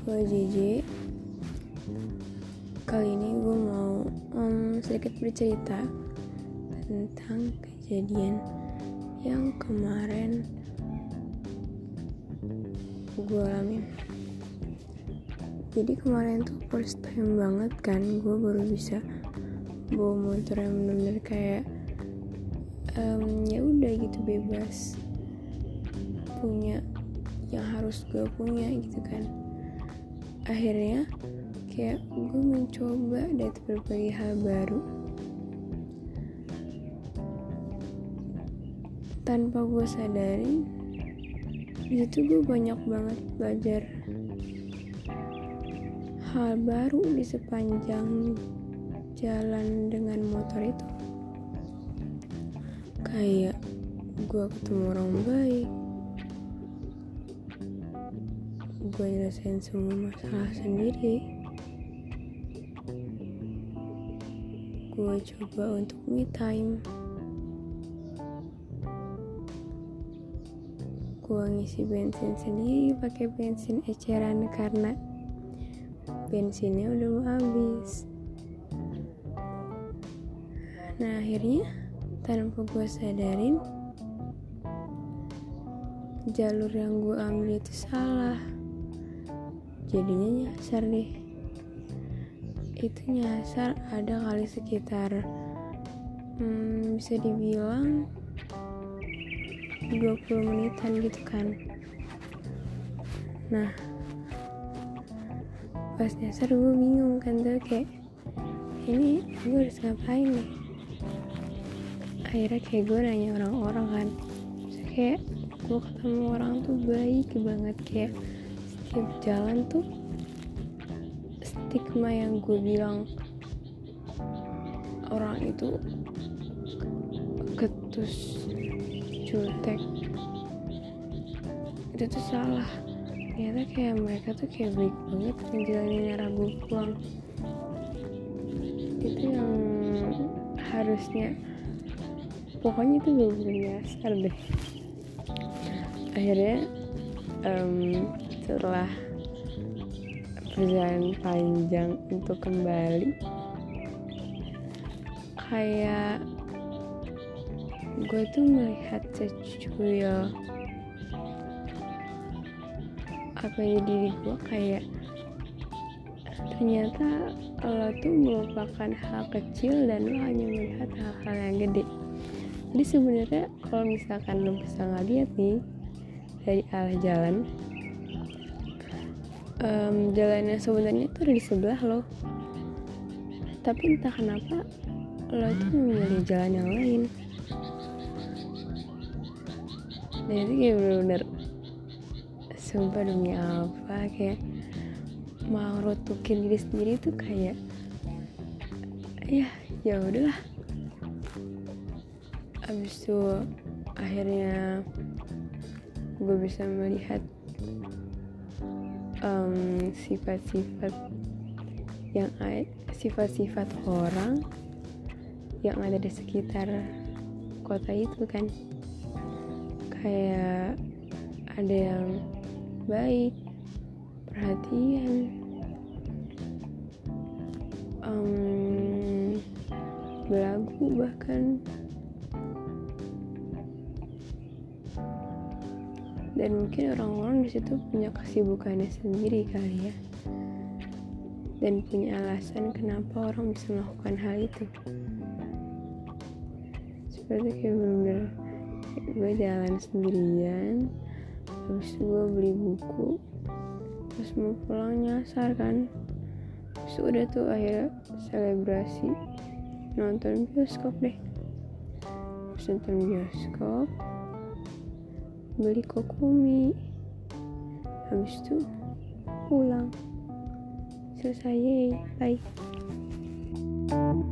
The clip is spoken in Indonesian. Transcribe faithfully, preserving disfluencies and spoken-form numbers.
gue J J. Kali ini gue mau um, sedikit bercerita tentang kejadian yang kemarin gue alamin. Jadi kemarin tuh first time banget kan gue baru bisa bawa motor yang bener-bener kayak um, ya udah gitu, bebas punya yang harus gue punya gitu kan. Akhirnya kayak gue mencoba dari berbagai hal baru tanpa gue sadari. Di situ gue banyak banget belajar hal baru di sepanjang jalan dengan motor itu. Kayak gue ketemu orang baik, gue nyelesain semua masalah sendiri, gue coba untuk me time, gue ngisi bensin sendiri pakai bensin eceran karena bensinnya udah mau habis. Nah akhirnya tanpa gue sadarin, jalur yang gue ambil itu salah. Jadinya nyasar deh. Itu nyasar ada kali sekitar hmm, bisa dibilang dua puluh menitan gitu kan. Nah pas nyasar gue bingung kan tuh, kayak ini gue harus ngapain nih. Akhirnya kayak gue nanya orang-orang kan. Terus kayak gue ketemu orang tuh baik banget, kayak setiap jalan tuh stigma yang gue bilang orang itu ketus, jutek, itu tuh salah. Ternyata kayak mereka tuh kayak baik banget menjalani arah gue pulang. Itu yang harusnya, pokoknya itu bener-bener nyasar deh. Akhirnya um, setelah perjalanan panjang untuk kembali, kayak gue tuh melihat secuil apa ya diri gue, kayak ternyata lo tuh melupakan hal kecil dan lo hanya melihat hal-hal yang gede. Jadi sebenarnya kalau misalkan lo bisa ngeliat nih dari arah jalan, um, jalan yang sebenarnya tuh ada di sebelah lo, tapi entah kenapa lo tuh memilih jalan yang lain. Dan itu kayak bener-bener sumpah demi apa, kayak mau rutukin diri sendiri tuh kayak ya ya udahlah. Abis itu akhirnya gue bisa melihat um, sifat-sifat yang ada, sifat-sifat orang yang ada di sekitar kota itu kan. Kayak ada yang baik, perhatian, um, belagu bahkan. Dan mungkin orang-orang di situ punya kesibukannya sendiri kali ya, dan punya alasan kenapa orang bisa melakukan hal itu. Seperti kayak bener-bener gue jalan sendirian, habis itu gue beli buku, terus mau pulang nyasar kan. Terus udah tuh akhirnya selebrasi nonton bioskop deh. Terus nonton bioskop, beli kokumi, habis itu pulang. Selesai, bye.